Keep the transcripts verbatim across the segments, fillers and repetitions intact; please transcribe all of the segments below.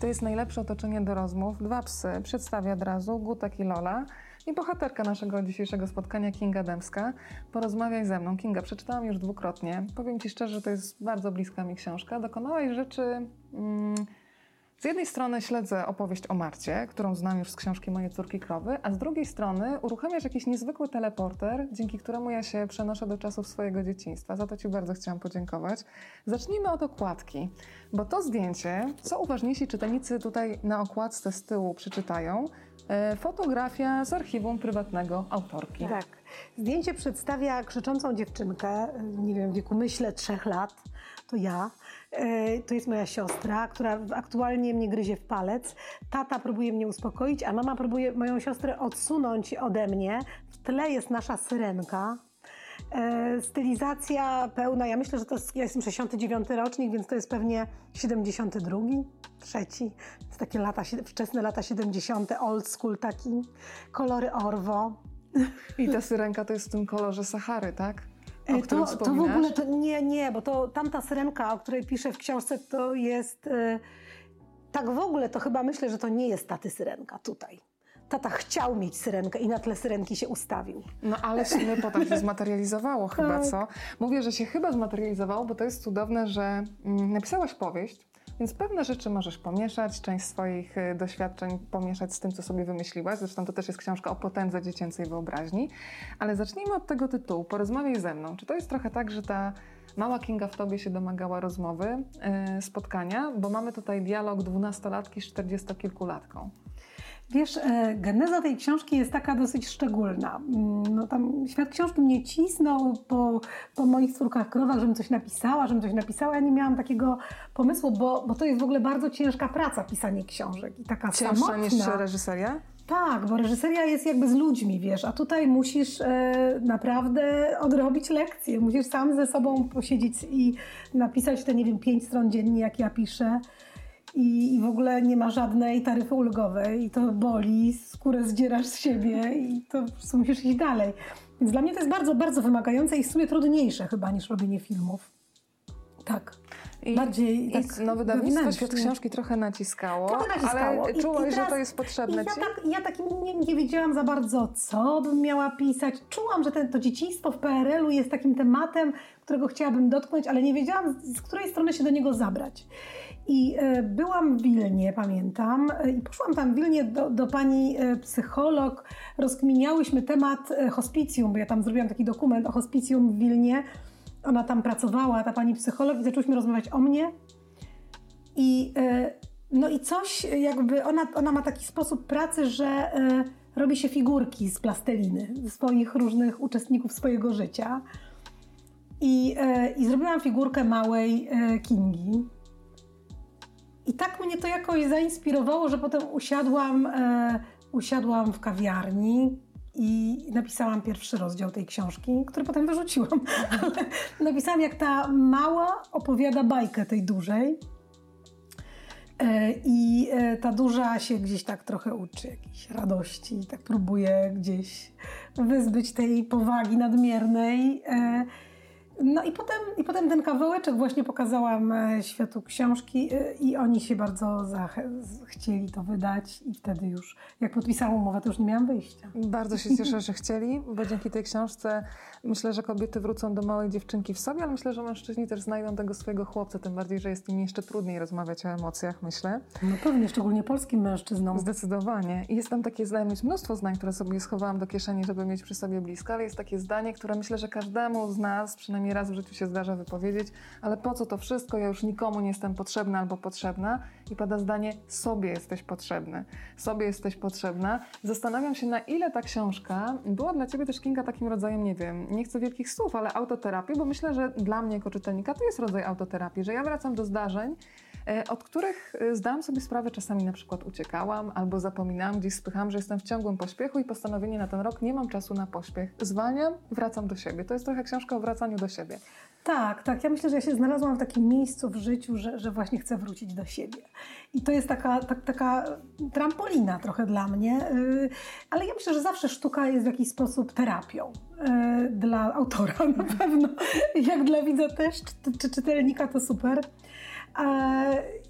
jest najlepsze otoczenie do rozmów. Dwa psy, przedstawię od razu, Gutek i Lola. I bohaterka naszego dzisiejszego spotkania, Kinga Dębska. Porozmawiaj ze mną. Kinga, przeczytałam już dwukrotnie. Powiem Ci szczerze, że to jest bardzo bliska mi książka. Dokonałaś rzeczy... Mm, z jednej strony śledzę opowieść o Marcie, którą znam już z książki Moje córki krowy, a z drugiej strony uruchamiasz jakiś niezwykły teleporter, dzięki któremu ja się przenoszę do czasów swojego dzieciństwa. Za to Ci bardzo chciałam podziękować. Zacznijmy od okładki, bo to zdjęcie, co uważniejsi czytelnicy tutaj na okładce z tyłu przeczytają, e, fotografia z archiwum prywatnego autorki. Tak. Zdjęcie przedstawia krzyczącą dziewczynkę, nie wiem, w wieku myślę trzech lat, to ja. To jest moja siostra, która aktualnie mnie gryzie w palec. Tata próbuje mnie uspokoić, a mama próbuje moją siostrę odsunąć ode mnie. W tle jest nasza syrenka. Stylizacja pełna, ja myślę, że to jest, ja jestem sześćdziesiąty dziewiąty rocznik, więc to jest pewnie siedemdziesiąty drugi, trzeci. To jest takie lata, wczesne lata siedemdziesiąte, old school taki, kolory Orwo. I ta syrenka to jest w tym kolorze Sahary, tak? O to, to w ogóle, to nie, nie, bo to tamta syrenka, o której piszę w książce, to jest, yy, tak w ogóle to chyba myślę, że to nie jest taty syrenka tutaj. Tata chciał mieć syrenkę i na tle syrenki się ustawił. No ale się potem się zmaterializowało chyba, co? Mówię, że się chyba zmaterializowało, bo to jest cudowne, że mm, napisałaś powieść, więc pewne rzeczy możesz pomieszać, część swoich y, doświadczeń pomieszać z tym, co sobie wymyśliłaś. Zresztą to też jest książka o potędze dziecięcej wyobraźni. Ale zacznijmy od tego tytułu. Porozmawiaj ze mną. Czy to jest trochę tak, że ta mała Kinga w tobie się domagała rozmowy, y, spotkania? Bo mamy tutaj dialog dwunastolatki z czterdziestokilkulatką. Wiesz, geneza tej książki jest taka dosyć szczególna. No tam świat książki mnie cisnął po, po moich córkach krowach, żebym coś napisała, żebym coś napisała. Ja nie miałam takiego pomysłu, bo, bo to jest w ogóle bardzo ciężka praca, pisanie książek. I taka cięższa samotna. niż reżyseria? Tak, bo reżyseria jest jakby z ludźmi, wiesz, a tutaj musisz e, naprawdę odrobić lekcje. Musisz sam ze sobą posiedzieć i napisać te, nie wiem, pięć stron dziennie, jak ja piszę. I, I w ogóle nie ma żadnej taryfy ulgowej i to boli, skórę zdzierasz z siebie i to po prostu musisz iść dalej. Więc dla mnie to jest bardzo, bardzo wymagające i w sumie trudniejsze chyba niż robienie filmów. Tak. I, bardziej i tak no, wydawnictwo Świat Książki trochę naciskało, trochę naciskało. ale I, czułaś, i teraz, że to jest potrzebne i ja ci? tak, ja tak nie, nie wiedziałam za bardzo, co bym miała pisać. Czułam, że ten, to dzieciństwo w P R L u jest takim tematem, którego chciałabym dotknąć, ale nie wiedziałam, z której strony się do niego zabrać. I e, byłam w Wilnie, pamiętam, e, i poszłam tam w Wilnie do, do pani e, psycholog. Rozkminiałyśmy temat e, hospicjum, bo ja tam zrobiłam taki dokument o hospicjum w Wilnie. Ona tam pracowała, ta pani psycholog, i zaczęłyśmy rozmawiać o mnie. I, e, no i coś jakby, ona, ona ma taki sposób pracy, że e, robi się figurki z plasteliny, ze swoich różnych uczestników swojego życia. I, e, i zrobiłam figurkę małej e, Kingi. I tak mnie to jakoś zainspirowało, że potem usiadłam, e, usiadłam w kawiarni i napisałam pierwszy rozdział tej książki, który potem wyrzuciłam. Ale napisałam, jak ta mała opowiada bajkę tej dużej. E, I e, ta duża się gdzieś tak trochę uczy jakiejś radości, tak próbuje gdzieś wyzbyć tej powagi nadmiernej. E, No i potem, i potem ten kawałeczek właśnie pokazałam światu książki i oni się bardzo zach- chcieli to wydać i wtedy już, jak podpisałam umowę, to już nie miałam wyjścia. Bardzo się cieszę, że chcieli, bo dzięki tej książce myślę, że kobiety wrócą do małej dziewczynki w sobie, ale myślę, że mężczyźni też znajdą tego swojego chłopca, tym bardziej, że jest im jeszcze trudniej rozmawiać o emocjach, myślę. No pewnie, szczególnie polskim mężczyznom. Zdecydowanie. I jest tam takie zdanie, jest mnóstwo zdań, które sobie schowałam do kieszeni, żeby mieć przy sobie blisko, ale jest takie zdanie, które myślę, że każdemu z nas przynajmniej raz w życiu się zdarza wypowiedzieć, ale po co to wszystko, ja już nikomu nie jestem potrzebna albo potrzebna. I pada zdanie, sobie jesteś potrzebny, sobie jesteś potrzebna. Zastanawiam się, na ile ta książka była dla ciebie też, Kinga, takim rodzajem, nie wiem, nie chcę wielkich słów, ale autoterapii, bo myślę, że dla mnie jako czytelnika to jest rodzaj autoterapii, że ja wracam do zdarzeń, od których zdałam sobie sprawę, czasami na przykład uciekałam albo zapominałam, gdzieś spychałam, że jestem w ciągłym pośpiechu i postanowienie na ten rok, nie mam czasu na pośpiech. Zwalniam, wracam do siebie. To jest trochę książka o wracaniu do siebie. Tak, tak. Ja myślę, że ja się znalazłam w takim miejscu w życiu, że, że właśnie chcę wrócić do siebie. I to jest taka, tak, taka trampolina trochę dla mnie, yy, ale ja myślę, że zawsze sztuka jest w jakiś sposób terapią. Yy, dla autora na pewno. Jak dla widza też, czy, czy czytelnika to super. Yy,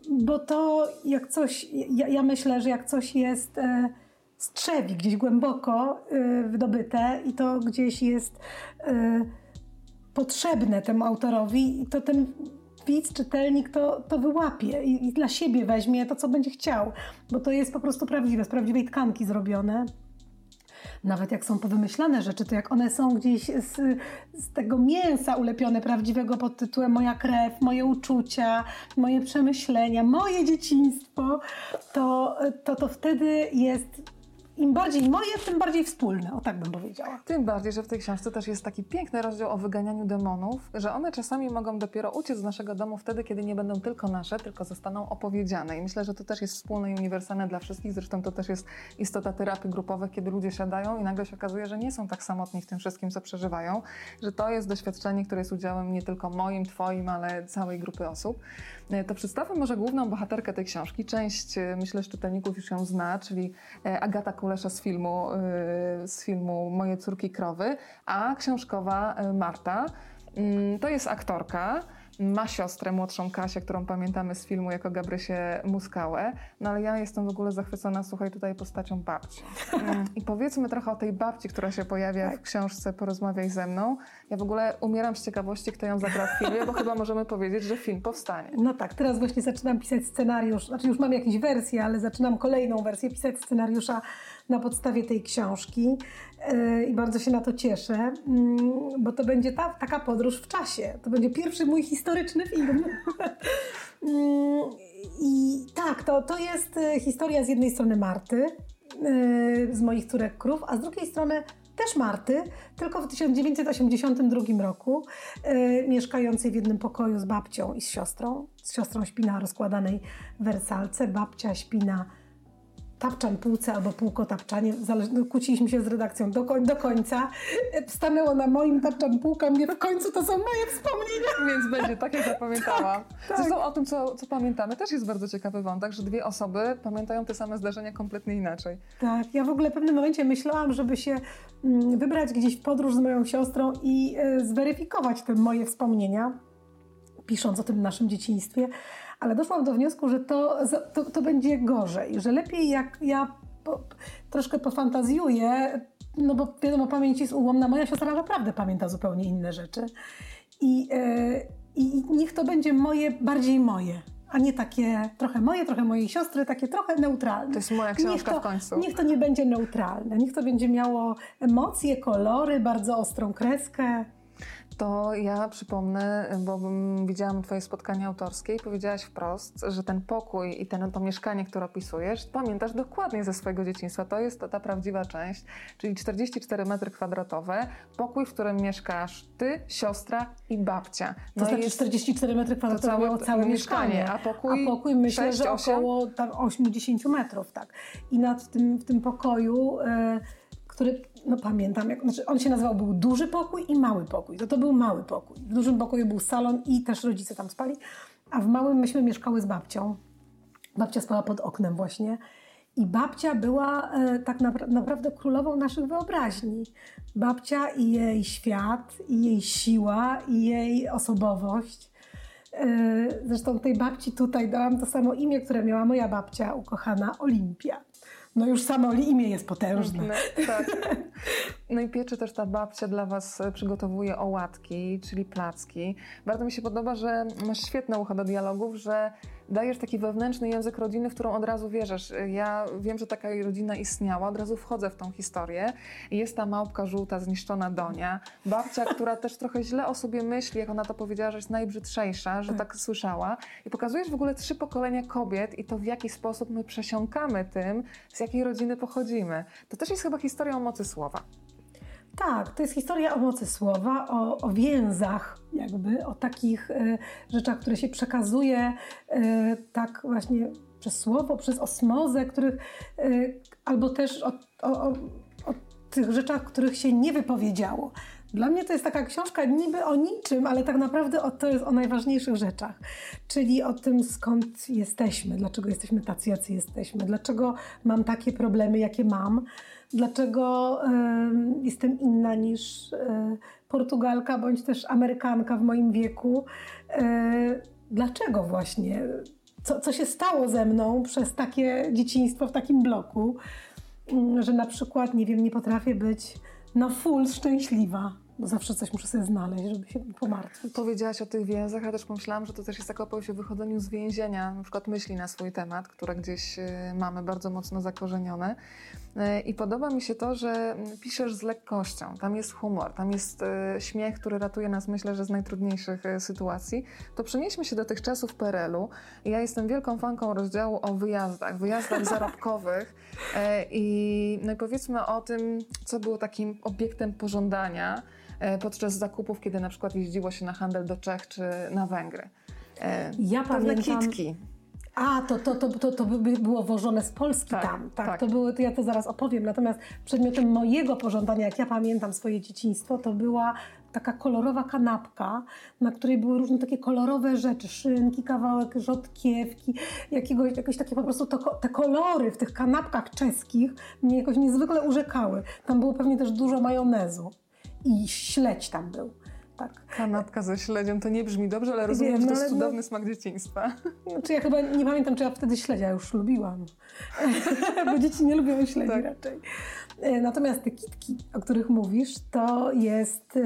bo to jak coś, ja, ja myślę, że jak coś jest e, z trzewi, gdzieś głęboko e, wydobyte i to gdzieś jest e, potrzebne temu autorowi, to ten widz, czytelnik to, to wyłapie i, i dla siebie weźmie to, co będzie chciał, bo to jest po prostu prawdziwe, z prawdziwej tkanki zrobione. Nawet jak są powymyślane rzeczy, to jak one są gdzieś z, z tego mięsa ulepione prawdziwego pod tytułem moja krew, moje uczucia, moje przemyślenia, moje dzieciństwo, to to, to wtedy jest im bardziej moje, tym bardziej wspólne, o tak bym powiedziała. Tym bardziej, że w tej książce też jest taki piękny rozdział o wyganianiu demonów, że one czasami mogą dopiero uciec z naszego domu wtedy, kiedy nie będą tylko nasze, tylko zostaną opowiedziane. I myślę, że to też jest wspólne i uniwersalne dla wszystkich. Zresztą to też jest istota terapii grupowych, kiedy ludzie siadają i nagle się okazuje, że nie są tak samotni w tym wszystkim, co przeżywają, że to jest doświadczenie, które jest udziałem nie tylko moim, twoim, ale całej grupy osób. To przedstawmy może główną bohaterkę tej książki. Część, myślę, że czytelników już ją zna, czyli Agata Kulesza z filmu, z filmu Moje córki krowy, a książkowa Marta. To jest aktorka, ma siostrę młodszą Kasię, którą pamiętamy z filmu jako Gabrysię Muskałę, no ale ja jestem w ogóle zachwycona, słuchaj, tutaj postacią babci. I powiedzmy trochę o tej babci, która się pojawia w książce Porozmawiaj ze mną. Ja w ogóle umieram z ciekawości, kto ją zagra w filmie, bo chyba możemy powiedzieć, że film powstanie. No tak, teraz właśnie zaczynam pisać scenariusz, znaczy już mam jakieś wersje, ale zaczynam kolejną wersję pisać scenariusza na podstawie tej książki yy, i bardzo się na to cieszę, yy, bo to będzie ta, taka podróż w czasie. To będzie pierwszy mój historyczny film. yy, I tak, to, to jest historia z jednej strony Marty, yy, z moich córek krów, a z drugiej strony też Marty, tylko w tysiąc dziewięćset osiemdziesiątym drugim roku, yy, mieszkającej w jednym pokoju z babcią i z siostrą. Z siostrą śpi na rozkładanej wersalce, babcia śpi na tapczan półce albo półkotapczanie. Zale- kłóciliśmy się z redakcją do, koń- do końca. Stanęło na moim tapczan półka, mnie w końcu to są moje wspomnienia. Więc będzie tak, jak zapamiętałam. Tak, Zresztą o tym, co, co pamiętamy, też jest bardzo ciekawy wątek, że dwie osoby pamiętają te same zdarzenia kompletnie inaczej. Tak, ja w ogóle w pewnym momencie myślałam, żeby się mm, wybrać gdzieś w podróż z moją siostrą i y, zweryfikować te moje wspomnienia, pisząc o tym naszym dzieciństwie. Ale doszłam do wniosku, że to, to, to będzie gorzej, że lepiej jak ja po, troszkę pofantazjuję, no bo wiadomo, pamięć jest ułomna, moja siostra naprawdę pamięta zupełnie inne rzeczy. I, yy, i niech to będzie moje, bardziej moje, a nie takie trochę moje, trochę mojej siostry, takie trochę neutralne. To jest moja książka niech to, w końcu. Niech to nie będzie neutralne, niech to będzie miało emocje, kolory, bardzo ostrą kreskę. To ja przypomnę, bo widziałam twoje spotkanie autorskie i powiedziałaś wprost, że ten pokój i ten, to mieszkanie, które opisujesz, pamiętasz dokładnie ze swojego dzieciństwa. To jest ta, ta prawdziwa część, czyli czterdzieści cztery metry kwadratowe, pokój, w którym mieszkasz ty, siostra i babcia. No to znaczy jest czterdzieści cztery metry kwadratowe miało całe mieszkanie, a pokój, a pokój myślę, sześć, że osiem? około tam osiemdziesiąt metrów, tak. I nad tym, w tym pokoju, e, który, no pamiętam, jak, znaczy on się nazywał, był duży pokój i mały pokój. To to był mały pokój. W dużym pokoju był salon i też rodzice tam spali, a w małym myśmy mieszkały z babcią. Babcia spała pod oknem właśnie. I babcia była e, tak napra- naprawdę królową naszych wyobraźni. Babcia i jej świat, i jej siła, i jej osobowość. E, zresztą tej babci tutaj dałam to samo imię, które miała moja babcia ukochana, Olimpia. No już samo imię jest potężne. No, tak. No i pieczy też ta babcia dla was przygotowuje ołatki, czyli placki. Bardzo mi się podoba, że masz świetne ucho do dialogów, że dajesz taki wewnętrzny język rodziny, w którą od razu wierzysz. Ja wiem, że taka rodzina istniała, od razu wchodzę w tą historię. Jest ta małpka żółta, zniszczona Donia. Babcia, która też trochę źle o sobie myśli, jak ona to powiedziała, że jest najbrzydszejsza, że tak słyszała. I pokazujesz w ogóle trzy pokolenia kobiet i to, w jaki sposób my przesiąkamy tym, z jakiej rodziny pochodzimy. To też jest chyba historia o mocy słowa. Tak, to jest historia o mocy słowa, o, o więzach jakby, o takich e, rzeczach, które się przekazuje e, tak właśnie przez słowo, przez osmozę, których e, albo też o, o, o, o tych rzeczach, których się nie wypowiedziało. Dla mnie to jest taka książka niby o niczym, ale tak naprawdę o, to jest o najważniejszych rzeczach. Czyli o tym, skąd jesteśmy, dlaczego jesteśmy tacy, jacy jesteśmy, dlaczego mam takie problemy, jakie mam, dlaczego y, jestem inna niż y, Portugalka bądź też Amerykanka w moim wieku. Y, dlaczego właśnie? co, co się stało ze mną przez takie dzieciństwo w takim bloku, że na przykład, nie wiem, nie potrafię być na full szczęśliwa. Bo zawsze coś muszę sobie znaleźć, żeby się pomartwić. Powiedziałaś o tych więzach, a też pomyślałam, że to też jest taka opowieść o wychodzeniu z więzienia, na przykład myśli na swój temat, które gdzieś mamy bardzo mocno zakorzenione. I podoba mi się to, że piszesz z lekkością. Tam jest humor, tam jest śmiech, który ratuje nas, myślę, że z najtrudniejszych sytuacji. To przenieśmy się do tych czasów P R L u. Ja jestem wielką fanką rozdziału o wyjazdach, wyjazdach zarobkowych i, no i powiedzmy o tym, co było takim obiektem pożądania podczas zakupów, kiedy na przykład jeździło się na handel do Czech czy na Węgry. Ja Pewne pamiętam... kitki. A, to, to, to, to, to by było wożone z Polski tak, tam. Tak, tak. To były, to ja to zaraz opowiem. Natomiast przedmiotem mojego pożądania, jak ja pamiętam swoje dzieciństwo, to była taka kolorowa kanapka, na której były różne takie kolorowe rzeczy, szynki, kawałek rzodkiewki, jakiegoś, jakieś takie po prostu to, te kolory w tych kanapkach czeskich mnie jakoś niezwykle urzekały. Tam było pewnie też dużo majonezu i śledź tam był. Tak. Kanapka ze śledziem, to nie brzmi dobrze, ale rozumiem, Wiem, że to no, jest ale cudowny no, smak dzieciństwa. Znaczy ja chyba nie pamiętam, czy ja wtedy śledzia już lubiłam, bo dzieci nie lubią śledzi tak. raczej. Natomiast te kitki, o których mówisz, to jest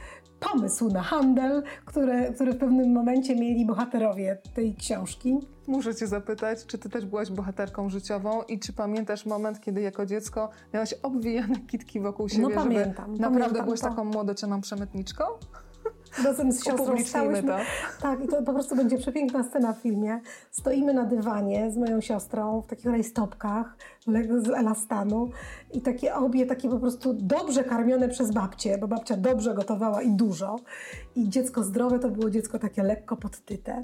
pomysł na handel, który, który w pewnym momencie mieli bohaterowie tej książki. Muszę cię zapytać, czy ty też byłaś bohaterką życiową i czy pamiętasz moment, kiedy jako dziecko miałaś obwijane kitki wokół siebie, No żeby pamiętam. naprawdę pamiętam byłaś to. taką młodocianą przemytniczką? Razem z siostrą Upublicznijmy stałyśmy, to. tak, i to po prostu będzie przepiękna scena w filmie. Stoimy na dywanie z moją siostrą w takich rajstopkach z elastanu i takie obie takie po prostu dobrze karmione przez babcię, bo babcia dobrze gotowała i dużo. I dziecko zdrowe to było dziecko takie lekko podtyte.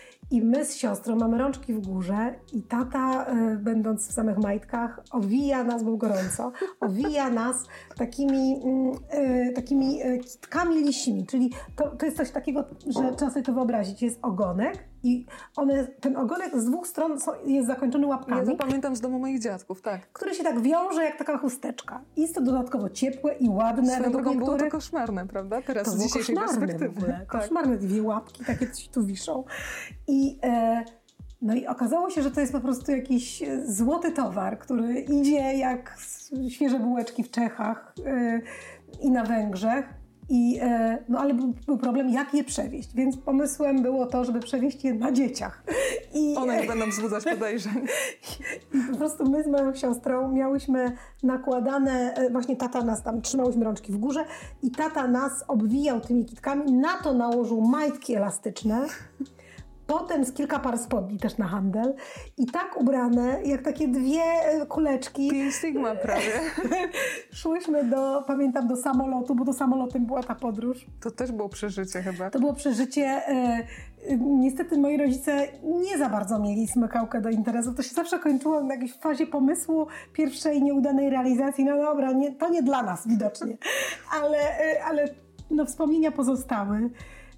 I my z siostrą mamy rączki w górze i tata, y, będąc w samych majtkach, owija nas, bo gorąco, owija nas takimi, y, takimi y, kitkami lisimi. Czyli to, to jest coś takiego, że trzeba sobie to wyobrazić. Jest ogonek i one, ten ogonek z dwóch stron są, jest zakończony łapkami. Ja to pamiętam z domu moich dziadków, tak. Który się tak wiąże jak taka chusteczka. I jest to dodatkowo ciepłe i ładne. Swoją drogą było to niektórych. koszmarne, prawda? Teraz To z było dzisiejszej koszmarne perspektywy. w ogóle. Tak. Koszmarne dwie łapki, takie coś tu wiszą. I, e, no i okazało się, że to jest po prostu jakiś złoty towar, który idzie jak świeże bułeczki w Czechach e, i na Węgrzech. I, e, no ale był, był problem, jak je przewieźć. Więc pomysłem było to, żeby przewieźć je na dzieciach. I, One nie będą wzbudzać podejrzeń. I po prostu my z moją siostrą miałyśmy nakładane, właśnie tata nas tam, trzymałyśmy rączki w górze i tata nas obwijał tymi kitkami, na to nałożył majtki elastyczne, potem z kilka par spodni też na handel i tak ubrane, jak takie dwie kuleczki. Pi Sigma prawie. Szłyśmy do, pamiętam, do samolotu, bo to samolotem była ta podróż. To też było przeżycie chyba. To było przeżycie. E, niestety moi rodzice nie za bardzo mieli smykałkę do interesów. To się zawsze kończyło na jakiejś fazie pomysłu, pierwszej nieudanej realizacji. No dobra, nie, to nie dla nas widocznie. Ale, e, ale no, wspomnienia pozostały.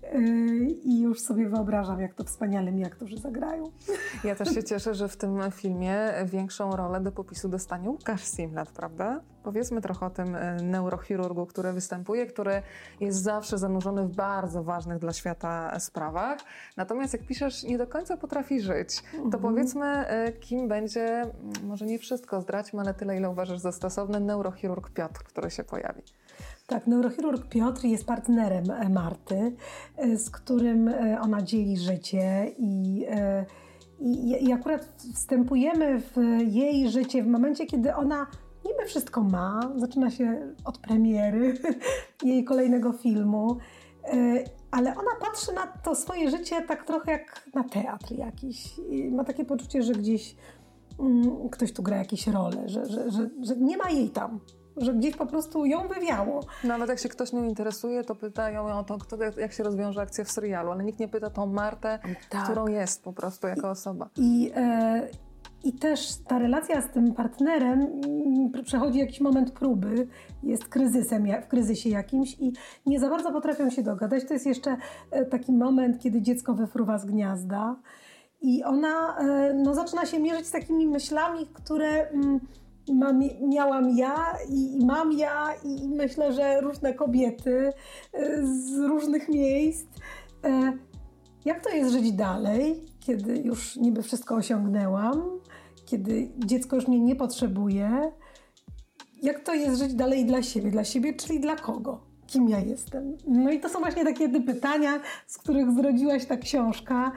I już sobie wyobrażam, jak to wspaniale aktorzy zagrają. Ja też się cieszę, że w tym filmie większą rolę do popisu dostanie Łukasz Simlat, prawda? Powiedzmy trochę o tym neurochirurgu, który występuje, który jest zawsze zanurzony w bardzo ważnych dla świata sprawach. Natomiast jak piszesz, nie do końca potrafi żyć. To mhm. powiedzmy, kim będzie, może nie wszystko zdradźmy, ale tyle, ile uważasz za stosowny, neurochirurg Piotr, który się pojawi. Tak, neurochirurg Piotr jest partnerem Marty, z którym ona dzieli życie i, i, i akurat wstępujemy w jej życie w momencie, kiedy ona niby wszystko ma, zaczyna się od premiery jej kolejnego filmu, ale ona patrzy na to swoje życie tak trochę jak na teatr jakiś i ma takie poczucie, że gdzieś mm, ktoś tu gra jakieś role, że, że, że, że nie ma jej tam. Że gdzieś po prostu ją wywiało. Nawet jak się ktoś nią interesuje, to pytają ją o to, kto, jak się rozwiąże akcja w serialu, ale nikt nie pyta tą Martę, tak. którą jest po prostu jako I, osoba. I, e, I też ta relacja z tym partnerem m, przechodzi jakiś moment próby, jest kryzysem, w kryzysie jakimś i nie za bardzo potrafią się dogadać. To jest jeszcze taki moment, kiedy dziecko wyfruwa z gniazda i ona e, no, zaczyna się mierzyć z takimi myślami, które... M, Mam, miałam ja i, i mam ja i myślę, że różne kobiety z różnych miejsc. Jak to jest żyć dalej, kiedy już niby wszystko osiągnęłam, kiedy dziecko już mnie nie potrzebuje? Jak to jest żyć dalej dla siebie? Dla siebie, czyli dla kogo? Kim ja jestem? No i to są właśnie takie te pytania, z których zrodziła się ta książka.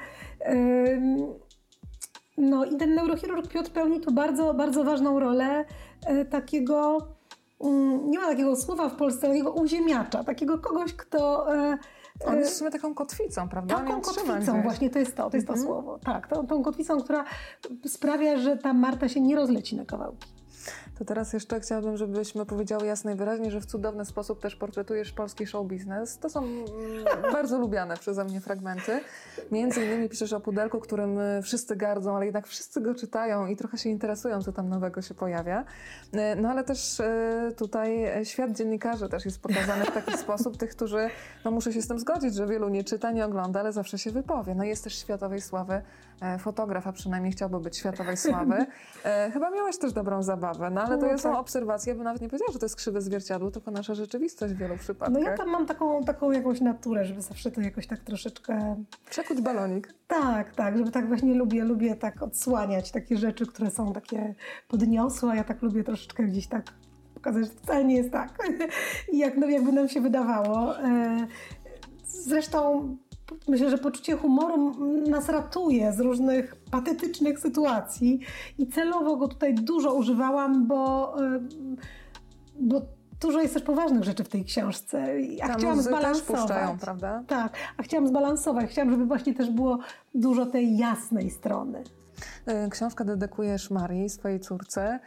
No i ten neurochirurg Piotr pełni tu bardzo, bardzo ważną rolę takiego, nie ma takiego słowa w Polsce, takiego uziemiacza, takiego kogoś, kto... On jest w sumie taką kotwicą, prawda? Taką kotwicą, właśnie to jest to, to jest to mm-hmm. słowo. Tak, tą, tą kotwicą, która sprawia, że ta Marta się nie rozleci na kawałki. To teraz jeszcze chciałabym, żebyśmy powiedziały jasno i wyraźnie, że w cudowny sposób też portretujesz polski show biznes. To są mm, bardzo lubiane przeze mnie fragmenty. Między innymi piszesz o pudelku, którym wszyscy gardzą, ale jednak wszyscy go czytają i trochę się interesują, co tam nowego się pojawia. No ale też tutaj świat dziennikarzy też jest pokazany w taki sposób. Tych, którzy, no muszę się z tym zgodzić, że wielu nie czyta, nie ogląda, ale zawsze się wypowie. No jest też światowej sławy fotograf, a przynajmniej chciałby być światowej sławy. Chyba miałeś też dobrą zabawę, no ale to no, są tak. obserwacje, bo nawet nie powiedziała, że to jest krzywe zwierciadło, tylko nasza rzeczywistość w wielu przypadkach. No ja tam mam taką, taką jakąś naturę, żeby zawsze to jakoś tak troszeczkę... Przekuć balonik. Tak, tak, żeby tak właśnie lubię, lubię tak odsłaniać takie rzeczy, które są takie podniosłe, a ja tak lubię troszeczkę gdzieś tak pokazać, że wcale nie jest tak, I jak, no, jakby nam się wydawało. Zresztą myślę, że poczucie humoru nas ratuje z różnych patetycznych sytuacji i celowo go tutaj dużo używałam, bo, bo dużo jest też poważnych rzeczy w tej książce. A Tam chciałam łzy zbalansować. też puszczają, prawda? Tak, a chciałam zbalansować. Chciałam, żeby właśnie też było dużo tej jasnej strony. Książkę dedykujesz Marii, swojej córce.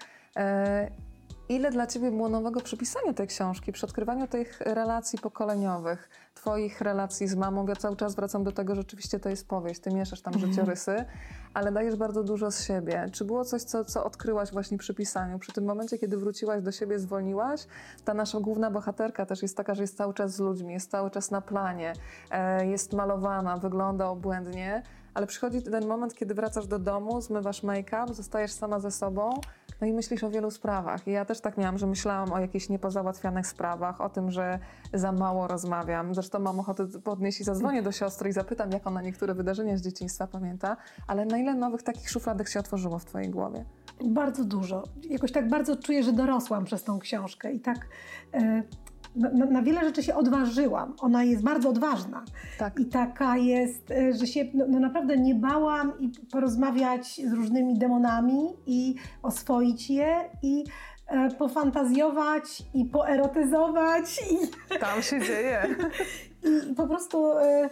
Ile dla Ciebie było nowego przy pisaniu tej książki, przy odkrywaniu tych relacji pokoleniowych, Twoich relacji z mamą? Ja cały czas wracam do tego, że rzeczywiście to jest powieść, Ty mieszasz tam Mhm. życiorysy, ale dajesz bardzo dużo z siebie. Czy było coś, co, co odkryłaś właśnie przy pisaniu? Przy tym momencie, kiedy wróciłaś do siebie, zwolniłaś? Ta nasza główna bohaterka też jest taka, że jest cały czas z ludźmi, jest cały czas na planie, e, jest malowana, wygląda obłędnie, ale przychodzi ten moment, kiedy wracasz do domu, zmywasz make-up, zostajesz sama ze sobą, no i myślisz o wielu sprawach. I ja też tak miałam, że myślałam o jakichś niepozałatwianych sprawach, o tym, że za mało rozmawiam. Zresztą mam ochotę podnieść i zadzwonię do siostry i zapytam, jak ona niektóre wydarzenia z dzieciństwa pamięta. Ale na ile nowych takich szufladek się otworzyło w Twojej głowie? Bardzo dużo. Jakoś tak bardzo czuję, że dorosłam przez tą książkę i tak... Yy... Na, na wiele rzeczy się odważyłam. Ona jest bardzo odważna. Tak. I taka jest, że się no, no naprawdę nie bałam i porozmawiać z różnymi demonami i oswoić je i e, pofantazjować i poerotyzować. I, Tam się dzieje. I, i po prostu e,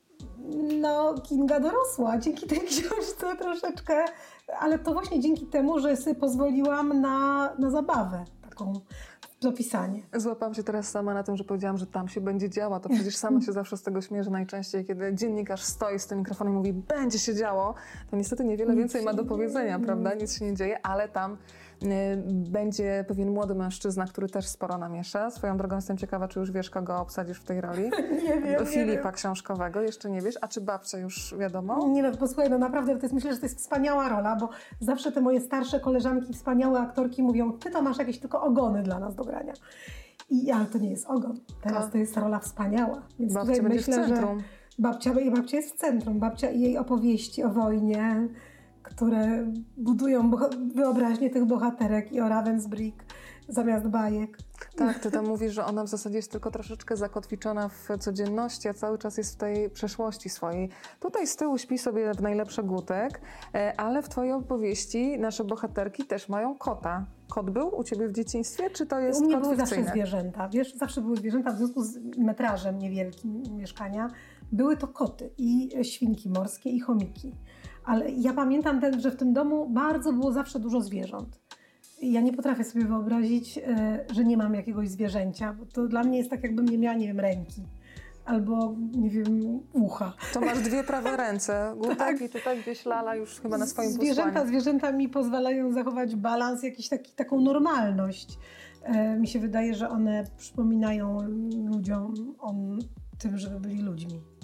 no, Kinga dorosła dzięki tej książce troszeczkę, ale to właśnie dzięki temu, że sobie pozwoliłam na, na zabawę taką. Zapisanie. Złapałam się teraz sama na tym, że powiedziałam, że tam się będzie działo. To przecież sama się zawsze z tego śmieję, że najczęściej, kiedy dziennikarz stoi z tym mikrofonem i mówi, będzie się działo, to niestety niewiele Nic więcej ma do powiedzenia, nie, prawda? Nic się nie dzieje, ale tam y, będzie pewien młody mężczyzna, który też sporo namiesza. Swoją drogą jestem ciekawa, czy już wiesz, kogo obsadzisz w tej roli? Nie wiem, Filipa nie wiem. Książkowego, jeszcze nie wiesz. A czy babcia już wiadomo? Nie no, posłuchaj, no naprawdę to jest, myślę, że to jest wspaniała rola, bo zawsze te moje starsze koleżanki, wspaniałe aktorki mówią, ty to masz jakieś tylko ogony dla nas do grania. I, ale to nie jest ogon. Teraz A. to jest rola wspaniała. Więc Babcia tutaj będzie myślę, w centrum. że babcia, babcia jest w centrum. Babcia i jej opowieści o wojnie, które budują boha- wyobraźnię tych bohaterek i o Ravensbrück zamiast bajek. Tak, ty tam mówisz, że ona w zasadzie jest tylko troszeczkę zakotwiczona w codzienności, a cały czas jest w tej przeszłości swojej. Tutaj z tyłu śpi sobie w najlepsze Gutek, ale w twojej opowieści nasze bohaterki też mają kota. Kot był u ciebie w dzieciństwie, czy to jest U mnie kot były fikcyjny? zawsze zwierzęta. Wiesz, zawsze były zwierzęta w związku z metrażem niewielkim mieszkania. Były to koty i świnki morskie i chomiki. Ale ja pamiętam, ten, że w tym domu bardzo było zawsze dużo zwierząt. Ja nie potrafię sobie wyobrazić, że nie mam jakiegoś zwierzęcia, bo to dla mnie jest tak, jakbym nie miała, nie wiem, ręki. Albo, nie wiem, ucha. To masz dwie prawe ręce. Gutek Tak. i tutaj gdzieś Lala już chyba na swoim Zwierzęta, posłaniu. zwierzęta mi pozwalają zachować balans, jakiś taki, taką normalność. E, mi się wydaje, że one przypominają ludziom o tym, żeby byli ludźmi.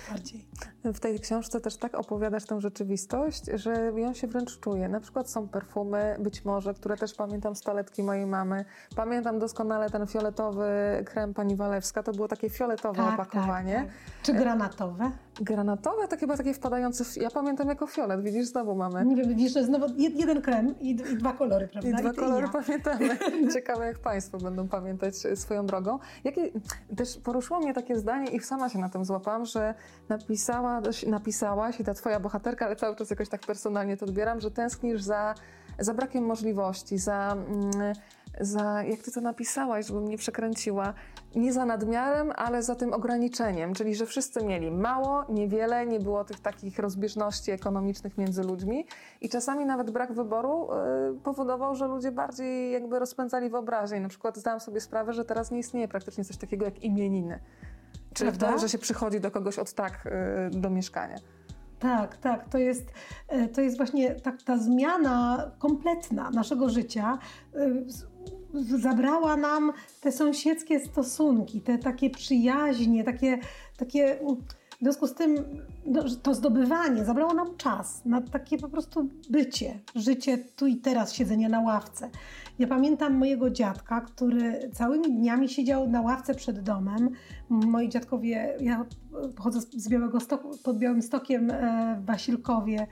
bardziej. W tej książce też tak opowiadasz tę rzeczywistość, że ją się wręcz czuje. Na przykład są perfumy, być może, które też pamiętam z toaletki mojej mamy. Pamiętam doskonale ten fioletowy krem pani Walewska. To było takie fioletowe Tak, opakowanie. tak, tak. Czy granatowe? Granatowe, to chyba takie wpadające, w... ja pamiętam jako fiolet, widzisz, znowu mamy. Nie wiem, widzisz, że znowu jed- jeden krem i, d- i dwa kolory, prawda? I dwa ty, kolory i ja. pamiętamy. Ciekawe, jak Państwo będą pamiętać swoją drogą. Jakie... Też poruszyło mnie takie zdanie i sama się na tym złapałam, że napisała, napisałaś i ta twoja bohaterka, ale cały czas jakoś tak personalnie to odbieram, że tęsknisz za, za brakiem możliwości, za... Mm, za, jak ty to napisałaś, żebym nie przekręciła, nie za nadmiarem, ale za tym ograniczeniem, czyli że wszyscy mieli mało, niewiele, nie było tych takich rozbieżności ekonomicznych między ludźmi i czasami nawet brak wyboru y, powodował, że ludzie bardziej jakby rozpędzali wyobraźnię. Na przykład zdałam sobie sprawę, że teraz nie istnieje praktycznie coś takiego jak imieniny. Czyli Prawda? to, że się przychodzi do kogoś od tak y, do mieszkania. Tak, tak. To jest, e, to jest właśnie ta, ta zmiana kompletna naszego życia. e, z- z- Zabrała nam te sąsiedzkie stosunki, te takie przyjaźnie, takie, takie mm, w związku z tym no, że to zdobywanie zabrało nam czas na takie po prostu bycie, życie tu i teraz, siedzenie na ławce. Ja pamiętam mojego dziadka, który całymi dniami siedział na ławce przed domem. Moi dziadkowie, ja pochodzę z- z Białego Stoku, pod Białymstokiem e, w Wasilkowie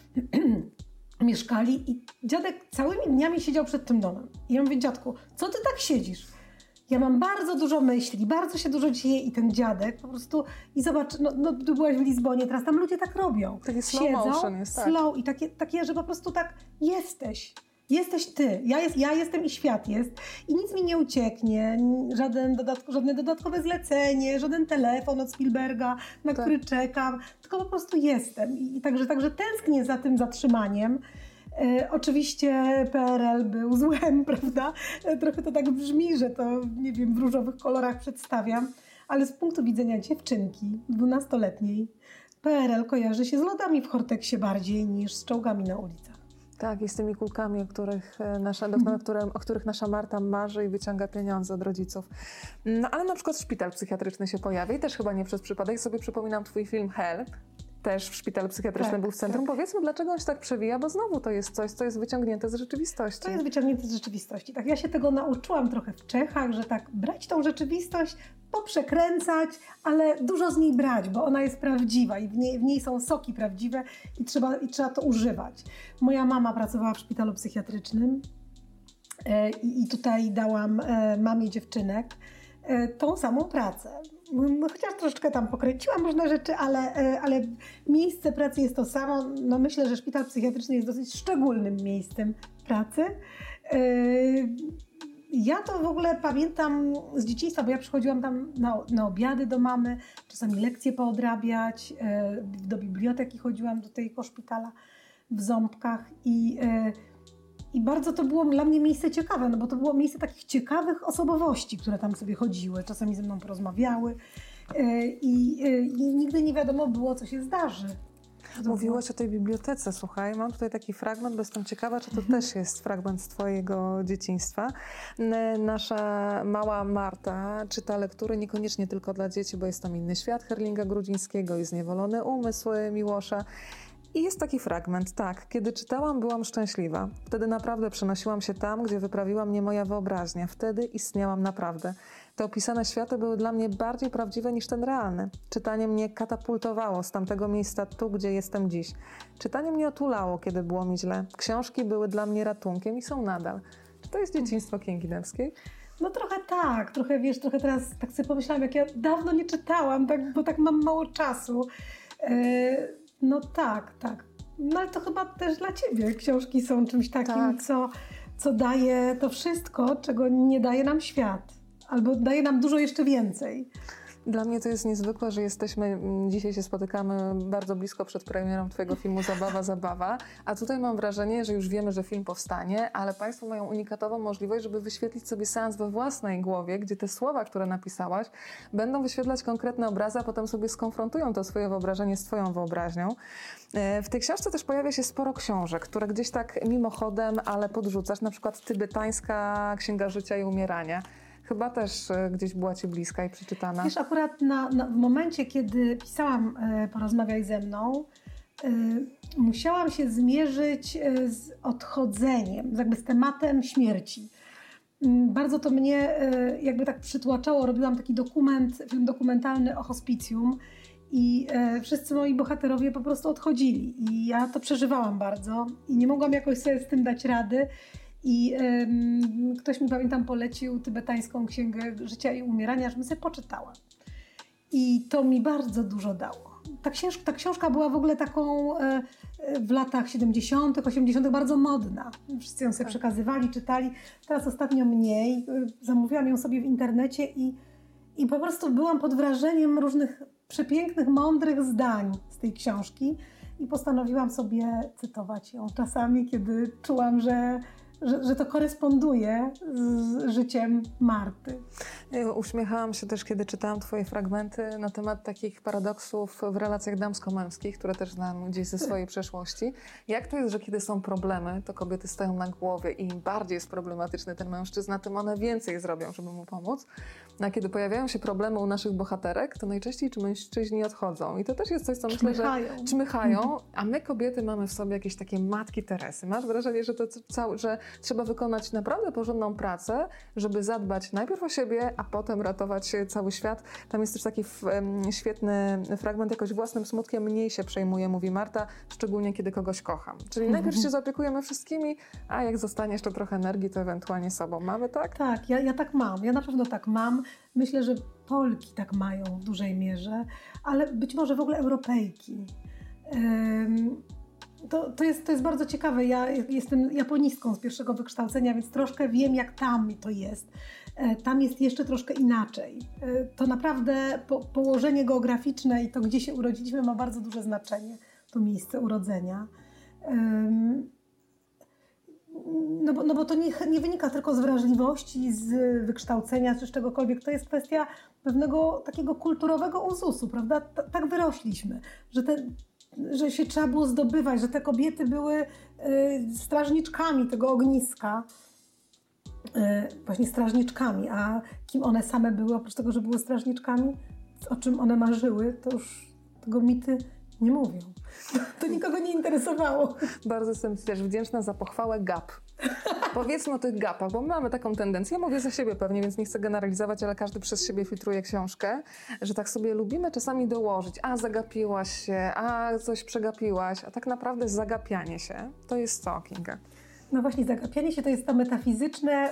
mieszkali i dziadek całymi dniami siedział przed tym domem. I ja mówię, dziadku, co ty tak siedzisz? Ja mam bardzo dużo myśli, bardzo się dużo dzieje i ten dziadek po prostu, i zobacz, no, no ty byłaś w Lizbonie, teraz tam ludzie tak robią. Taki slow motion jest, tak. Slow i takie, takie, że po prostu tak jesteś. Jesteś ty, ja, jest, ja jestem i świat jest i nic mi nie ucieknie, żaden dodatko, żadne dodatkowe zlecenie, żaden telefon od Spielberga, na Tak. który czekam, tylko po prostu jestem. I, i także, także tęsknię za tym zatrzymaniem. E, oczywiście P R L był złem, prawda? E, trochę to tak brzmi, że to, nie wiem, w różowych kolorach przedstawiam, ale z punktu widzenia dziewczynki dwunastoletniej P R L kojarzy się z lodami w Horteksie bardziej niż z czołgami na ulicach. Tak, i z tymi kulkami, o których e, nasza, do, które, o których nasza Marta marzy i wyciąga pieniądze od rodziców. No ale na przykład szpital psychiatryczny się pojawia i też chyba nie przez przypadek sobie przypominam twój film Help. Też w szpitalu psychiatrycznym Tak, był w centrum. tak. Powiedzmy, dlaczego on się tak przewija, bo znowu to jest coś, co jest wyciągnięte z rzeczywistości. To jest wyciągnięte z rzeczywistości. Tak, ja się tego nauczyłam trochę w Czechach, że tak brać tą rzeczywistość, poprzekręcać, ale dużo z niej brać, bo ona jest prawdziwa i w niej, w niej są soki prawdziwe i trzeba, i trzeba to używać. Moja mama pracowała w szpitalu psychiatrycznym e, i, i tutaj dałam e, mamie dziewczynek e, tą samą pracę. No, chociaż troszeczkę tam pokręciłam różne rzeczy, ale, e, ale miejsce pracy jest to samo. No, myślę, że szpital psychiatryczny jest dosyć szczególnym miejscem pracy. E, Ja to w ogóle pamiętam z dzieciństwa, bo ja przychodziłam tam na, na obiady do mamy, czasami lekcje poodrabiać, e, do biblioteki chodziłam do tego szpitala w Ząbkach i, e, i bardzo to było dla mnie miejsce ciekawe, no bo to było miejsce takich ciekawych osobowości, które tam sobie chodziły, czasami ze mną porozmawiały e, i, e, i nigdy nie wiadomo było, co się zdarzy. To Mówiłaś o tej bibliotece, słuchaj, mam tutaj taki fragment, bo jestem ciekawa, czy to też jest fragment z twojego dzieciństwa. N- Nasza mała Marta czyta lektury niekoniecznie tylko dla dzieci, bo jest tam Inny świat Herlinga Grudzińskiego i Zniewolony umysł Miłosza. I jest taki fragment, tak, kiedy czytałam, byłam szczęśliwa. Wtedy naprawdę przenosiłam się tam, gdzie wyprawiła mnie moja wyobraźnia. Wtedy istniałam naprawdę. Te opisane światy były dla mnie bardziej prawdziwe niż ten realny. Czytanie mnie katapultowało z tamtego miejsca tu, gdzie jestem dziś. Czytanie mnie otulało, kiedy było mi źle. Książki były dla mnie ratunkiem i są nadal. Czy to jest dzieciństwo Kingi Dębskiej? No trochę tak, trochę wiesz, trochę teraz tak sobie pomyślałam, jak ja dawno nie czytałam, tak, bo tak mam mało czasu. E, no tak, tak. No ale to chyba też dla ciebie książki są czymś takim, Tak. co, co daje to wszystko, czego nie daje nam świat. Albo daje nam dużo jeszcze więcej. Dla mnie to jest niezwykłe, że jesteśmy, mm, dzisiaj się spotykamy bardzo blisko przed premierą twojego filmu Zabawa, Zabawa, a tutaj mam wrażenie, że już wiemy, że film powstanie, ale państwo mają unikatową możliwość, żeby wyświetlić sobie seans we własnej głowie, gdzie te słowa, które napisałaś, będą wyświetlać konkretne obrazy, a potem sobie skonfrontują to swoje wyobrażenie z twoją wyobraźnią. E, W tej książce też pojawia się sporo książek, które gdzieś tak mimochodem, ale podrzucasz, na przykład tybetańska Księga Życia i Umierania. chyba też e, gdzieś była Ci bliska i przeczytana. Wiesz, akurat na, na, w momencie, kiedy pisałam e, Porozmawiaj ze mną, e, musiałam się zmierzyć e, z odchodzeniem, jakby z tematem śmierci. Bardzo to mnie e, jakby tak przytłaczało. Robiłam taki dokument, film dokumentalny o hospicjum i e, wszyscy moi bohaterowie po prostu odchodzili. I ja to przeżywałam bardzo i nie mogłam jakoś sobie z tym dać rady. I e, ktoś mi, pamiętam, polecił tybetańską księgę życia i umierania, żebym sobie poczytała. I to mi bardzo dużo dało. Ta książka, ta książka była w ogóle taką e, w latach siedemdziesiątych, osiemdziesiątych bardzo modna. Wszyscy ją sobie Tak. przekazywali, czytali. Teraz ostatnio mniej. Zamówiłam ją sobie w internecie i, i po prostu byłam pod wrażeniem różnych przepięknych, mądrych zdań z tej książki i postanowiłam sobie cytować ją czasami, kiedy czułam, że Że, że to koresponduje z życiem Marty. Uśmiechałam się też, kiedy czytałam Twoje fragmenty na temat takich paradoksów w relacjach damsko-męskich, które też znam gdzieś ze swojej przeszłości. Jak to jest, że kiedy są problemy, to kobiety stoją na głowie i im bardziej jest problematyczny ten mężczyzna, tym one więcej zrobią, żeby mu pomóc. A kiedy pojawiają się problemy u naszych bohaterek, to najczęściej czy mężczyźni odchodzą. I to też jest coś, co myślę, Czmychają. że czmychają, a my kobiety mamy w sobie jakieś takie matki Teresy. Masz wrażenie, że to całe, że trzeba wykonać naprawdę porządną pracę, żeby zadbać najpierw o siebie, a potem ratować cały świat. Tam jest też taki f- świetny fragment, jakoś własnym smutkiem mniej się przejmuje, mówi Marta, szczególnie kiedy kogoś kocham. Czyli najpierw się zaopiekujemy wszystkimi, a jak zostanie jeszcze trochę energii, to ewentualnie sobą. Mamy tak? Tak, ja, ja tak mam. Ja na pewno tak mam. Myślę, że Polki tak mają w dużej mierze, ale być może w ogóle Europejki. Ym, to, to, jest, to jest bardzo ciekawe. Ja jestem japonistką z pierwszego wykształcenia, więc troszkę wiem, jak tam to jest. E, tam jest jeszcze troszkę inaczej. E, to naprawdę po, położenie geograficzne i to, gdzie się urodziliśmy, ma bardzo duże znaczenie. To miejsce urodzenia. Ym, No bo, no bo to nie, nie wynika tylko z wrażliwości, z wykształcenia czy z czegokolwiek. To jest kwestia pewnego takiego kulturowego uzusu, prawda? T- tak wyrośliśmy, że, te, że się trzeba było zdobywać, że te kobiety były y, strażniczkami tego ogniska. Y, właśnie strażniczkami. A kim one same były, oprócz tego, że były strażniczkami? O czym one marzyły, to już tego mity nie mówią. To nikogo nie interesowało. Bardzo jestem też wdzięczna za pochwałę gap. Powiedzmy o tych gapach, bo my mamy taką tendencję, ja mówię za siebie pewnie, więc nie chcę generalizować, ale każdy przez siebie filtruje książkę, że tak sobie lubimy czasami dołożyć, a zagapiłaś się, a coś przegapiłaś, a tak naprawdę zagapianie się to jest co, Kinga? No właśnie, zagapianie się to jest to metafizyczne,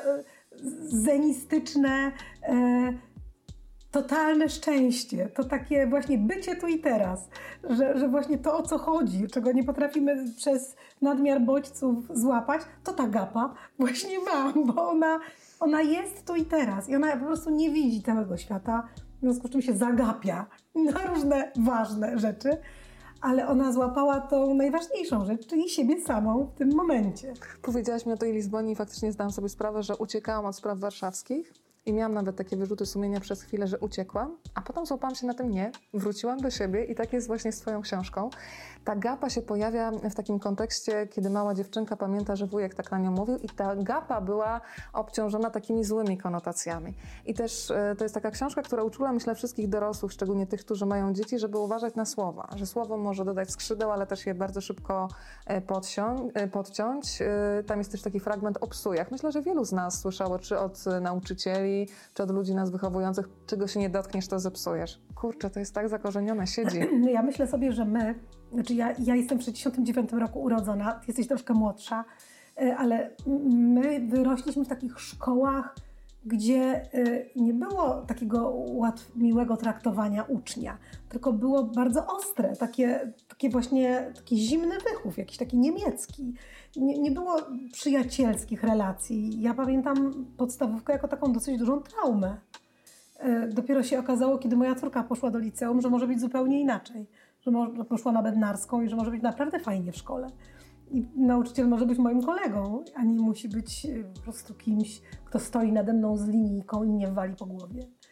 zenistyczne, e, totalne szczęście. To takie właśnie bycie tu i teraz. Że, że właśnie to, o co chodzi, czego nie potrafimy przez nadmiar bodźców złapać, to ta gapa właśnie ma, bo ona, ona jest tu i teraz. I ona po prostu nie widzi całego świata, w związku z czym się zagapia na różne ważne rzeczy. Ale ona złapała tą najważniejszą rzecz, czyli siebie samą w tym momencie. Powiedziałaś mi o tej Lizbonie i faktycznie zdałam sobie sprawę, że uciekałam od spraw warszawskich i miałam nawet takie wyrzuty sumienia przez chwilę, że uciekłam, a potem złapałam się na tym nie, wróciłam do siebie i tak jest właśnie z Twoją książką. Ta gapa się pojawia w takim kontekście, kiedy mała dziewczynka pamięta, że wujek tak na nią mówił i ta gapa była obciążona takimi złymi konotacjami. I też e, to jest taka książka, która uczyła, myślę, wszystkich dorosłych, szczególnie tych, którzy mają dzieci, żeby uważać na słowa, że słowo może dodać skrzydeł, ale też je bardzo szybko e, podsią- e, podciąć. E, tam jest też taki fragment o psujach. Myślę, że wielu z nas słyszało, czy od e, nauczycieli, czy od ludzi nas wychowujących, czego się nie dotkniesz, to zepsujesz. Kurczę, to jest tak zakorzenione, siedzi. Ja myślę sobie, że my, znaczy ja, ja jestem w sześćdziesiątym dziewiątym roku urodzona, ty jesteś troszkę młodsza, ale my wyrośliśmy w takich szkołach, gdzie nie było takiego łatw, miłego traktowania ucznia, tylko było bardzo ostre, takie, takie właśnie taki zimny wychów, jakiś taki niemiecki. Nie, nie było przyjacielskich relacji. Ja pamiętam podstawówkę jako taką dosyć dużą traumę. Dopiero się okazało, kiedy moja córka poszła do liceum, że może być zupełnie inaczej. Że może, poszła na bednarską i że może być naprawdę fajnie w szkole. I nauczyciel może być moim kolegą, a nie musi być po prostu kimś, kto stoi nade mną z linijką i mnie wali po głowie.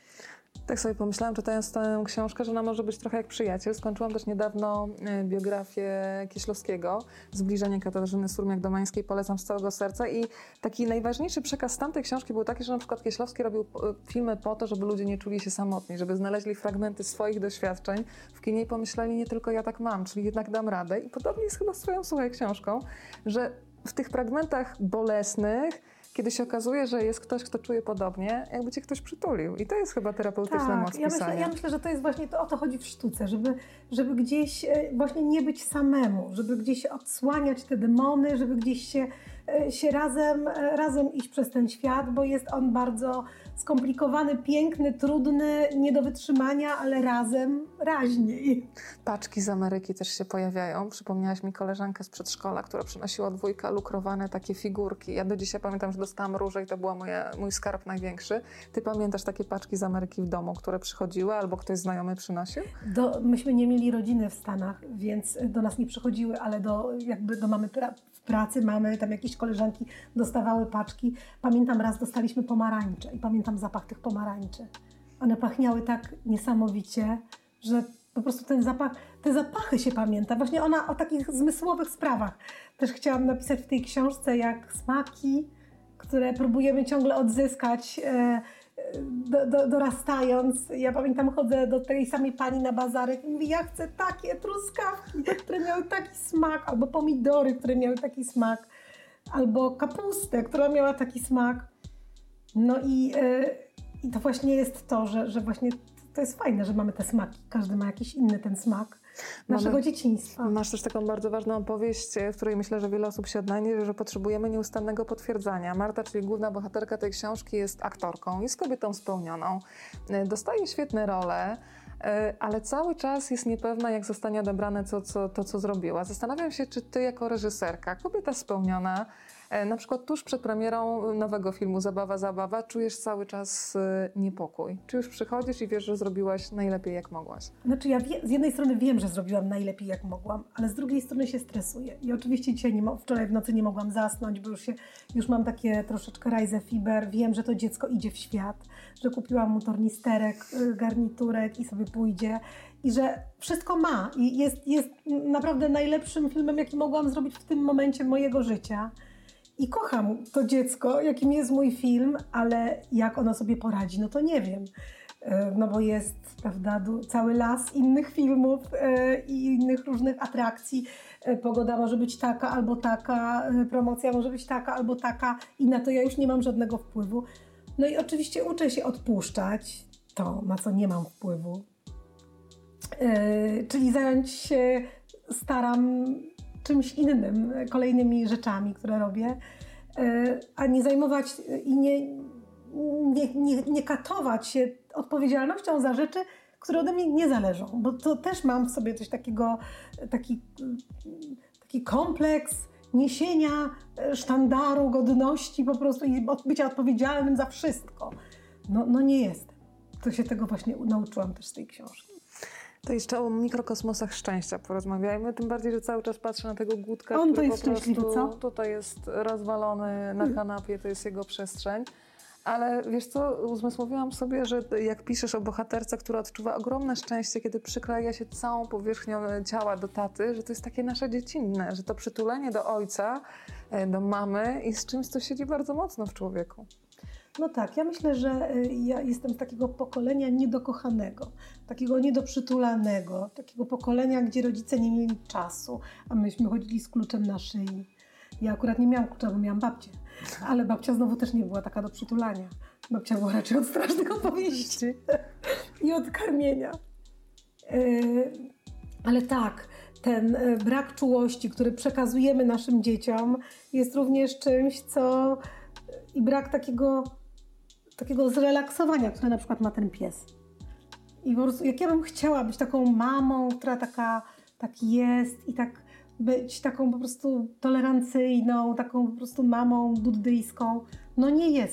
Tak sobie pomyślałam, czytając tę książkę, że ona może być trochę jak przyjaciel. Skończyłam też niedawno e, biografię Kieślowskiego, Zbliżenie Katarzyny Surmiak-Domańskiej. Polecam z całego serca. I taki najważniejszy przekaz z tamtej książki był taki, że na przykład Kieślowski robił e, filmy po to, żeby ludzie nie czuli się samotni, żeby znaleźli fragmenty swoich doświadczeń w kinie i pomyśleli, nie tylko ja tak mam, czyli jednak dam radę. I podobnie jest chyba z twoją, słuchaj, książką, że w tych fragmentach bolesnych, kiedy się okazuje, że jest ktoś, kto czuje podobnie, jakby cię ktoś przytulił. I to jest chyba terapeutyczna tak, moc ja pisania. myślę, ja myślę, że to jest właśnie to, o to chodzi w sztuce, żeby, żeby gdzieś e, właśnie nie być samemu, żeby gdzieś odsłaniać te demony, żeby gdzieś się, e, się razem, e, razem iść przez ten świat, bo jest on bardzo skomplikowany, piękny, trudny, nie do wytrzymania, ale razem raźniej. Paczki z Ameryki też się pojawiają. Przypomniałaś mi koleżankę z przedszkola, która przynosiła dwójka lukrowane takie figurki. Ja do dzisiaj pamiętam, że dostałam róże i to był mój skarb największy. Ty pamiętasz takie paczki z Ameryki w domu, które przychodziły albo ktoś znajomy przynosił? Do, myśmy nie mieli rodziny w Stanach, więc do nas nie przychodziły, ale do, jakby do mamy pra, w pracy mamy, tam jakieś koleżanki dostawały paczki. Pamiętam, raz dostaliśmy pomarańcze i pamiętam zapach tych pomarańczy. One pachniały tak niesamowicie, że po prostu ten zapach, te zapachy się pamięta. Właśnie ona o takich zmysłowych sprawach też chciałam napisać w tej książce, jak smaki, które próbujemy ciągle odzyskać, e, do, do, dorastając. Ja pamiętam, chodzę do tej samej pani na bazarek i mówię, ja chcę takie truskawki, które miały taki smak, albo pomidory, które miały taki smak, albo kapustę, która miała taki smak. No i, e, i to właśnie jest to, że, że właśnie to jest fajne, że mamy te smaki. Każdy ma jakiś inny ten smak naszego Mamy, dzieciństwa. Masz też taką bardzo ważną opowieść, w której myślę, że wiele osób się odnajdzie, że potrzebujemy nieustannego potwierdzania. Marta, czyli główna bohaterka tej książki, jest aktorką, jest kobietą spełnioną, dostaje świetne role, ale cały czas jest niepewna, jak zostanie odebrane to, co, to, co zrobiła. Zastanawiam się, czy ty jako reżyserka, kobieta spełniona, na przykład tuż przed premierą nowego filmu Zabawa, Zabawa, czujesz cały czas niepokój. Czy już przychodzisz i wiesz, że zrobiłaś najlepiej, jak mogłaś? Znaczy ja wie, z jednej strony wiem, że zrobiłam najlepiej, jak mogłam, ale z drugiej strony się stresuję. I oczywiście dzisiaj, nie mo- wczoraj w nocy nie mogłam zasnąć, bo już, się, już mam takie troszeczkę Rise Fiber. Wiem, że to dziecko idzie w świat, że kupiłam mu tornisterek, garniturek i sobie pójdzie. I że wszystko ma. I jest, jest naprawdę najlepszym filmem, jaki mogłam zrobić w tym momencie mojego życia. I kocham to dziecko, jakim jest mój film, ale jak ono sobie poradzi, no to nie wiem. No bo jest, prawda, cały las innych filmów i innych różnych atrakcji. Pogoda może być taka albo taka, promocja może być taka albo taka i na to ja już nie mam żadnego wpływu. No i oczywiście uczę się odpuszczać to, na co nie mam wpływu. Czyli zająć się staram czymś innym, kolejnymi rzeczami, które robię, a nie zajmować i nie, nie, nie, nie katować się odpowiedzialnością za rzeczy, które ode mnie nie zależą, bo to też mam w sobie coś takiego, taki, taki kompleks niesienia sztandaru, godności po prostu i bycia odpowiedzialnym za wszystko. No, no nie jestem. To się tego właśnie nauczyłam też z tej książki. To jeszcze o mikrokosmosach szczęścia porozmawiajmy, tym bardziej, że cały czas patrzę na tego Gutka, On to który jest po prostu szczęśliwy, co? tutaj jest rozwalony na kanapie, to jest jego przestrzeń. Ale wiesz co, uzmysłowiłam sobie, że jak piszesz o bohaterce, która odczuwa ogromne szczęście, kiedy przykleja się całą powierzchnią ciała do taty, że to jest takie nasze dziecinne, że to przytulenie do ojca, do mamy jest czymś, co siedzi bardzo mocno w człowieku. No tak, ja myślę, że ja jestem z takiego pokolenia niedokochanego, takiego niedoprzytulanego, takiego pokolenia, gdzie rodzice nie mieli czasu, a myśmy chodzili z kluczem na szyi. Ja akurat nie miałam klucza, bo miałam babcię, ale babcia znowu też nie była taka do przytulania. Babcia była raczej od strasznych opowieści i od karmienia. Yy, ale tak, ten brak czułości, który przekazujemy naszym dzieciom, jest również czymś, co i brak takiego, takiego zrelaksowania, które na przykład ma ten pies. I po prostu, jak ja bym chciała być taką mamą, która taka, tak jest i tak być taką po prostu tolerancyjną, taką po prostu mamą buddyjską, no nie jestem.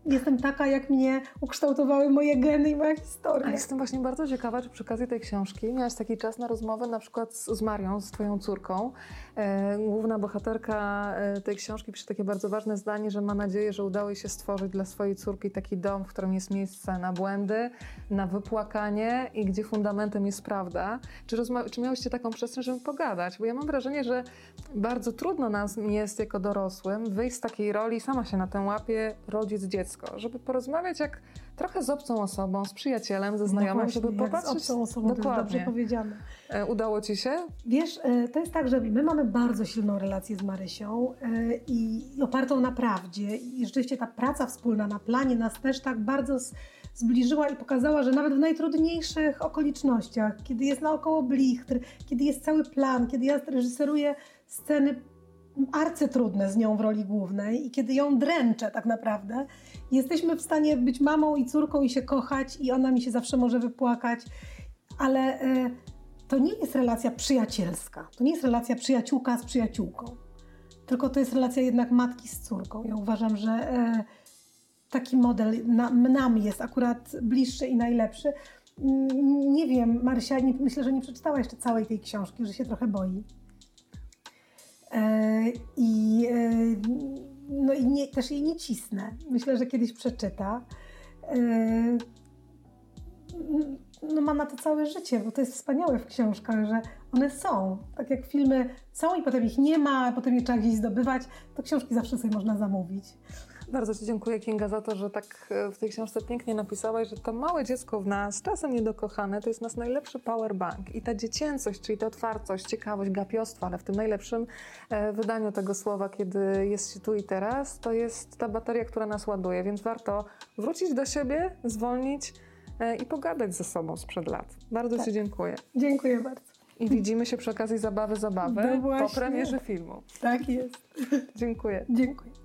jestem taka, jak mnie ukształtowały moje geny i moja historia. A jestem właśnie bardzo ciekawa, czy przy okazji tej książki miałaś taki czas na rozmowę na przykład z, z Marią, z twoją córką. E, główna bohaterka e, tej książki pisze takie bardzo ważne zdanie, że ma nadzieję, że udało jej się stworzyć dla swojej córki taki dom, w którym jest miejsce na błędy, na wypłakanie i gdzie fundamentem jest prawda. Czy, rozma- czy miałyście taką przestrzeń, żeby pogadać? Bo ja mam wrażenie, że bardzo trudno nas jest jako dorosłym wyjść z takiej roli, sama się na tę łapie, rodzic, dziecko, żeby porozmawiać jak trochę z obcą osobą, z przyjacielem, ze znajomym, no właśnie, żeby jak popatrzeć. z obcą osobą, to jest dobrze powiedziane. E, Udało ci się? Wiesz, e, to jest tak, że my mamy bardzo silną relację z Marysią e, i i opartą na prawdzie i rzeczywiście ta praca wspólna na planie nas też tak bardzo z, zbliżyła i pokazała, że nawet w najtrudniejszych okolicznościach, kiedy jest naokoło blichtr, kiedy jest cały plan, kiedy ja reżyseruję sceny arcytrudne z nią w roli głównej i kiedy ją dręczę tak naprawdę, jesteśmy w stanie być mamą i córką i się kochać i ona mi się zawsze może wypłakać, ale e, to nie jest relacja przyjacielska, to nie jest relacja przyjaciółka z przyjaciółką, tylko to jest relacja jednak matki z córką. Ja uważam, że e, taki model na, nam jest akurat bliższy i najlepszy. Mm, Nie wiem, Marysia, nie, myślę, że nie przeczytała jeszcze całej tej książki, że się trochę boi. E, I, e, no i nie, też jej nie cisnę. Myślę, że kiedyś przeczyta. E, no ma na to całe życie, bo to jest wspaniałe w książkach, że one są. Tak jak filmy są i potem ich nie ma, a potem je trzeba gdzieś zdobywać, to książki zawsze sobie można zamówić. Bardzo ci dziękuję, Kinga, za to, że tak e, w tej książce pięknie napisałaś, że to małe dziecko w nas, czasem niedokochane, to jest nasz najlepszy powerbank. I ta dziecięcość, czyli ta otwartość, ciekawość, gapiostwo, ale w tym najlepszym e, wydaniu tego słowa, kiedy jest się tu i teraz, to jest ta bateria, która nas ładuje, więc warto wrócić do siebie, zwolnić e, i pogadać ze sobą sprzed lat. Bardzo Tak. ci dziękuję. Dziękuję bardzo. I widzimy się przy okazji Zabawy, Zabawy No po właśnie. premierze filmu. Tak jest. Dziękuję. Dziękuję.